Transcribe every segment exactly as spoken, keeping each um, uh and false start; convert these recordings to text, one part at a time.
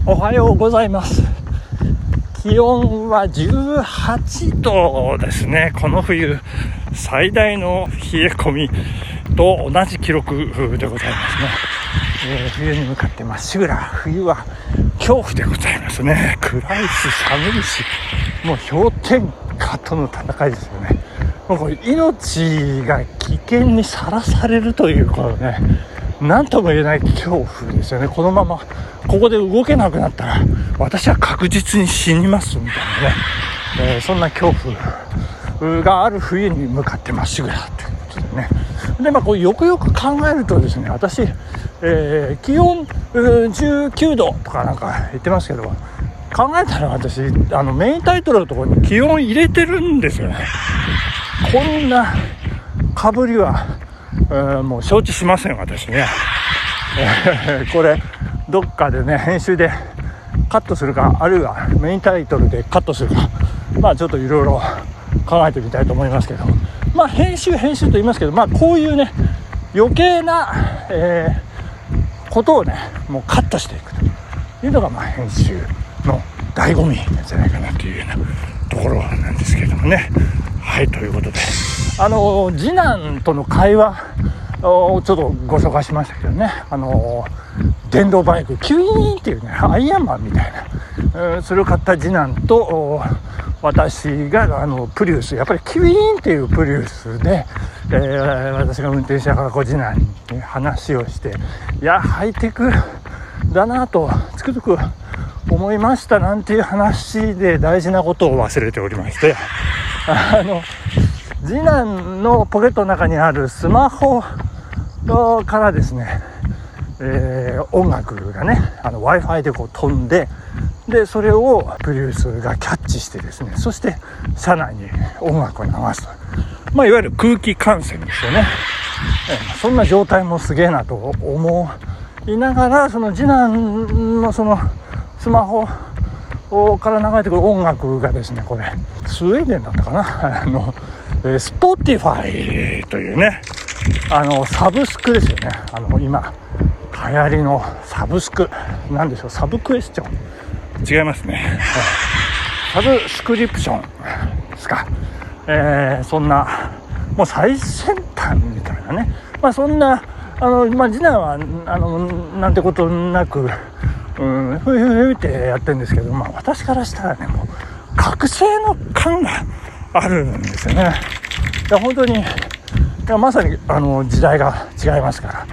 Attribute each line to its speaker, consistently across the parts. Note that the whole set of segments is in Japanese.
Speaker 1: おはようございます。気温はじゅうはちどですね。この冬最大の冷え込みと同じ記録でございますね。えー、冬に向かってまっしぐら、冬は恐怖でございますね。暗いし寒いし、もう氷点下との戦いですよね。もうこれ命が危険にさらされるというこのね、何とも言えない恐怖ですよね。このままここで動けなくなったら私は確実に死にますみたいなね、えー、そんな恐怖がある冬に向かってまっしぐらということでね。でまあこうよくよく考えるとですね、私、えー、気温じゅうきゅうどとかなんか言ってますけど、考えたら私あのメインタイトルのところに気温入れてるんですよね。こんなかぶりは、えー、もう承知しません私ね、えー、これどっかでね編集でカットするか、あるいはメインタイトルでカットするか、まあちょっといろいろ考えてみたいと思いますけど、まあ編集編集と言いますけど、まあこういうね余計な、えー、ことをねもうカットしていくというのがまあ編集の醍醐味なんじゃないかなというようなところなんですけれどもね。はい、ということで、あの次男との会話をちょっとご紹介しましたけどね、あの電動バイクキュイーンっていうねアイアンマンみたいな、えー、それを買った次男と私があのプリウス、やっぱりキュイーンっていうプリウスで、えー、私が運転しながらこう次男に話をして、いやハイテクだなとつくづく思いましたなんていう話で大事なことを忘れておりまして、あの次男のポケットの中にあるスマホからですね、えー、音楽がねあの Wi-Fi でこう飛んで、でそれをプリウスがキャッチしてですね、そして車内に音楽を流すと、まあいわゆる空気感染ですよね。えー、そんな状態もすげえなと思いながら、その次男のそのスマホから流れてくる音楽がですね、これスウェーデンだったかな、あの、えー、Spotify というねあのサブスクですよね。あの今流行りのサブスクなんでしょう、サブクエスチョン違いますね、サブスクリプションですか、えー、そんなもう最先端みたいなね、まあそんなあの、まあ、次男はあのなんてことなくうん、ふいふいふいってやってるんですけど、まあ私からしたらねもう覚醒の感があるんですよね。いや本当にいやまさにあの時代が違いますから、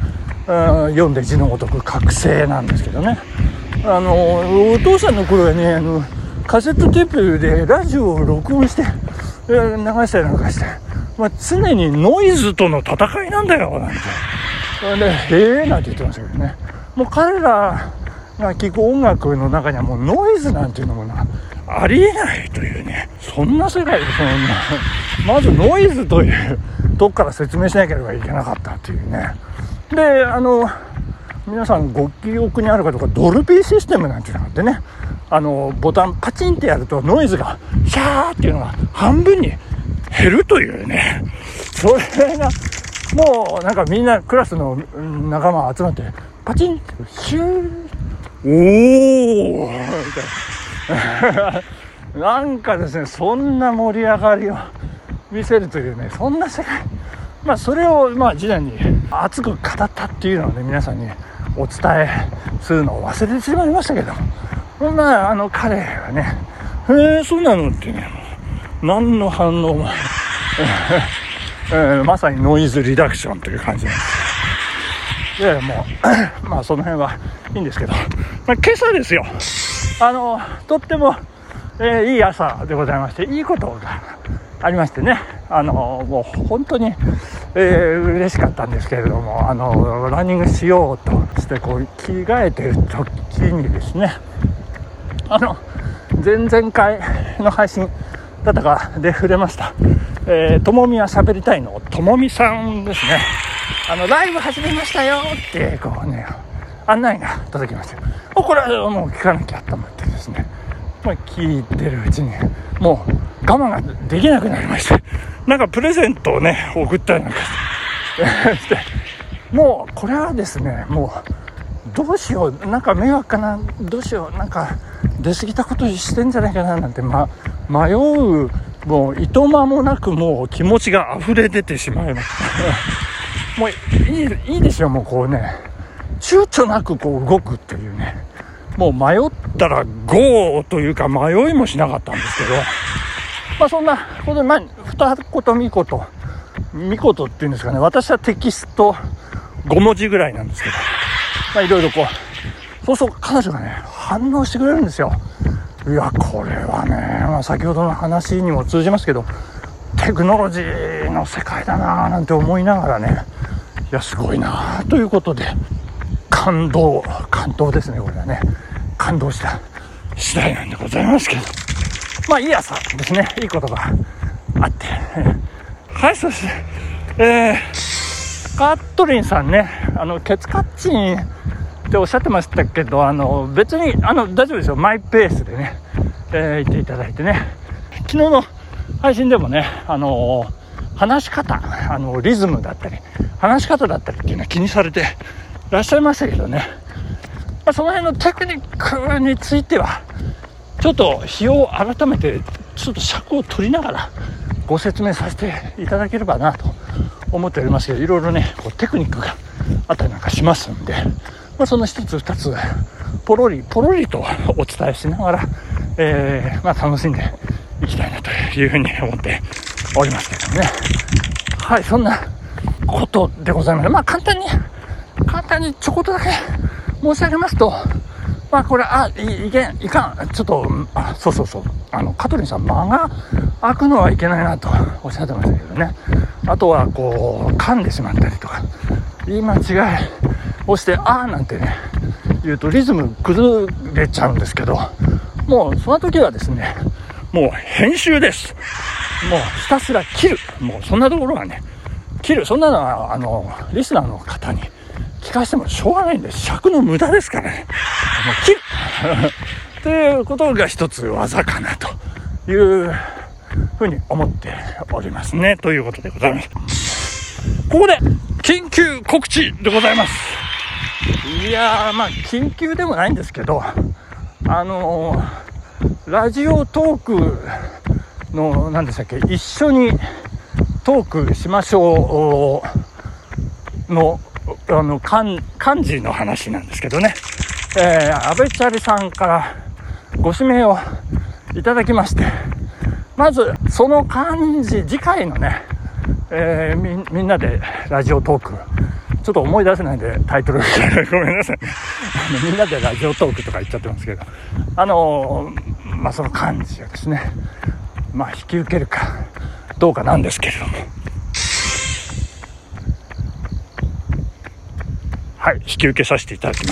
Speaker 1: うん、読んで字のごとく覚醒なんですけどね。あのお父さんの頃はねあのカセットテープでラジオを録音して流したりなんかして、まあ、常にノイズとの戦いなんだよなんてでへえなんて言ってましたけどね。もう彼らが聴く音楽の中にはもうノイズなんていうのもありえないというね、そんな世界でそんなまずノイズというとこから説明しなければいけなかったというね。であの皆さんご記憶にあるかどうか、ドルビーシステムなんていうのがあってね、あのボタンパチンってやるとノイズがシャーっていうのが半分に減るというね、それがもうなんかみんなクラスの仲間集まってパチンってシューおーなんかですね、そんな盛り上がりを見せるというね、そんな世界、まあそれをまあ次男に熱く語ったっていうのをね皆さんにお伝えするのを忘れてしまいましたけども、まああの彼はねへーそうなのってね何の反応も、えー、まさにノイズリダクションという感じなんです。いやいやもうまあその辺はいいんですけど、まあ、今朝ですよ、あのとっても、えー、いい朝でございまして、いいことがありましてね、あのもう本当に、えー、嬉しかったんですけれども、あのランニングしようとしてこう着替えてる時にですね、あの前々回の配信だったかで触れました、えー、ともみは喋りたいのともみさんですね。あのライブ始めましたよってこうね案内が届きました。これはもう聞かなきゃと思ってですね、まあ、聞いてるうちにもう我慢ができなくなりまして、なんかプレゼントをね送ったりなんかしてもうこれはですねもうどうしよう、なんか迷惑かな、どうしよう、なんか出過ぎたことしてんじゃないかななんて、ま、迷うもういとまもなくもう気持ちが溢れ出てしまいましたもういい、いいですよ、もうこうね躊躇なくこう動くっていうね、もう迷ったらゴーというか迷いもしなかったんですけど、まあそんなことで、まあ二言三言三言っていうんですかね、私はテキストごもじぐらいなんですけど、まあいろいろこう、そうそう彼女がね反応してくれるんですよ。いやこれはね、まあ、先ほどの話にも通じますけど、テクノロジーの世界だななんて思いながらね、いやすごいなということで感動感動ですね。これはね感動した次第なんでございますけど、まあいい朝ですね、いいことがあって、はい、そして、えー、カットリンさんね、あのケツカッチンっておっしゃってましたけど、あの別にあの大丈夫ですよ、マイペースでね、えー、言っていただいてね、昨日の配信でもね、あのー、話し方、あのリズムだったり話し方だったりっていうのは気にされていらっしゃいましたけどね、まあ、その辺のテクニックについてはちょっと日を改めてちょっと尺を取りながらご説明させていただければなと思っておりますけど、いろいろねこうテクニックがあったりなんかしますんで、まあ、その一つ二つポロリポロリとお伝えしながら、えーまあ、楽しんでいきたいなというふうに思っておりますけどね。はい、そんなことでございます。まあ簡単に簡単にちょこっとだけ申し上げますと、まあこれあいいけんいかんちょっとあそうそうそうあの香取さん間が空くのはいけないなとおっしゃってましたけどね。あとはこう噛んでしまったりとか言い間違いをしてあーなんてね言うとリズム崩れちゃうんですけど、もうその時はですねもう編集です。もうひたすら切る、もうそんなところはね切る、そんなのはあのリスナーの方に聞かせてもしょうがないんで、尺の無駄ですからね、もう切るということが一つ技かなというふうに思っておりますね、ということでございます。ここで緊急告知でございます。いやーまあ緊急でもないんですけど、あのーラジオトークの何でしたっけ、一緒にトークしましょうのあの漢字の話なんですけどね、えー、安倍チャリさんからご指名をいただきまして、まずその漢字次回のね、えー、み, みんなでラジオトークちょっと思い出せないんでタイトルごめんなさいみんなでラジオトークとか言っちゃってますけど、あのーまあその漢字をですね、まあ引き受けるかどうかなんですけれども、はい引き受けさせていただきま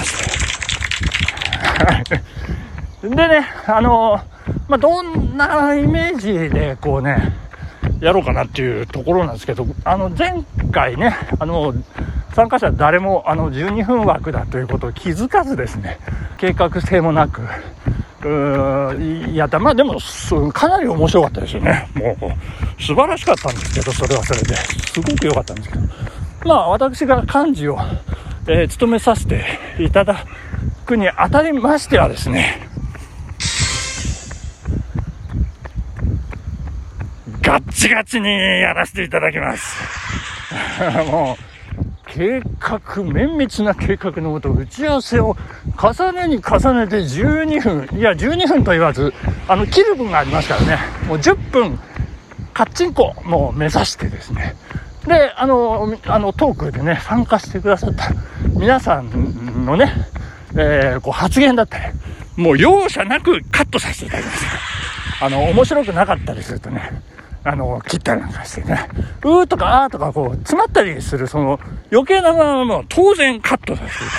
Speaker 1: したでね、あのまあどんなイメージでこうねやろうかなっていうところなんですけど、あの前回ねあの参加者誰もあのじゅうにふん枠だということを気づかずですね、計画性もなくうーいやまあでもかなり面白かったですよね。もう素晴らしかったんですけど、それはそれですごく良かったんですけど、まあ私が幹事を、えー、務めさせていただくにあたりましてはですね、ガッチガチにやらせていただきますもう計画綿密な計画のもと打ち合わせを重ねに重ねてじゅうにふん、いやじゅうにふんと言わずあの切る分がありますからね、もうじゅっぷんカッチンコもう目指してですね、であのあのトークでね参加してくださった皆さんのね、えー、こう発言だったりもう容赦なくカットさせていただきます。あの面白くなかったりするとねあの切ったりなんかしてね、うーとかあーとかこう詰まったりするその余計なものも当然カットさせていただきます。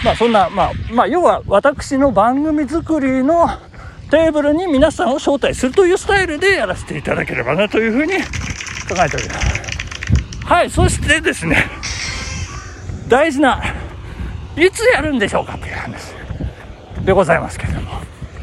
Speaker 1: まあそんなまあまあ要は私の番組作りのテーブルに皆さんを招待するというスタイルでやらせていただければなというふうに考えております。はい、そしてですね大事ないつやるんでしょうかという話でございますけれども、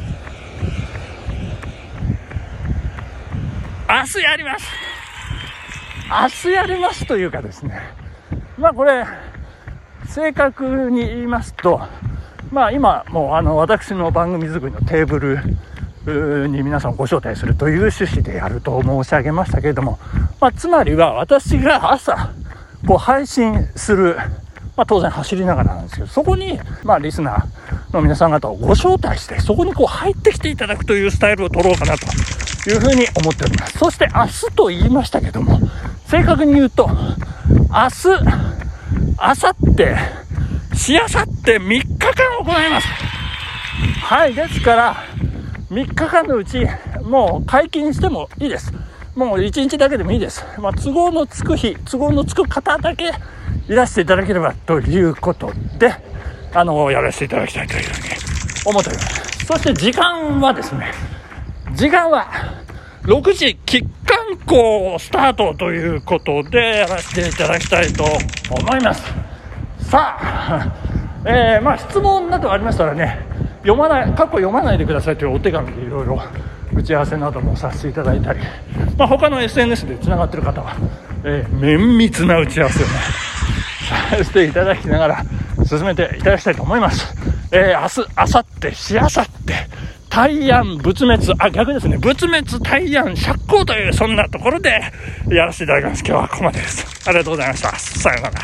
Speaker 1: 明日やります明日やりますというかですね、まあこれ正確に言いますと、まあ今もうあの私の番組作りのテーブルに皆さんをご招待するという趣旨でやると申し上げましたけれども、まあ、つまりは私が朝こう配信する、まあ、当然走りながらなんですけど、そこにまあリスナーの皆さん方をご招待して、そこにこう入ってきていただくというスタイルを取ろうかなというふうに思っております。そして明日と言いましたけども、正確に言うと明日、明後日、しあさってみっかかん行います。はい、ですからみっかかんのうちもう解禁してもいいです。もういちにちだけでもいいです。まあ、都合のつく日、都合のつく方だけいらしていただければということで、あのやらせていただきたいというふうに思っております。そして時間はですね、時間はろくじきっかん校スタートということでやらせていただきたいと思います。さあ、えー、まあ質問などありましたらね、読まない、過去読まないでくださいというお手紙でいろいろ打ち合わせなどもさせていただいたり、まあ、他の エスエヌエス でつながっている方は、えー、綿密な打ち合わせをねさせていただきながら進めていただきたいと思います。えー、明日、明後日、しあさって大安仏滅、あ、逆ですね、仏滅大安釈光というそんなところでやらせていただきます。今日はここまでです。ありがとうございました。さようなら。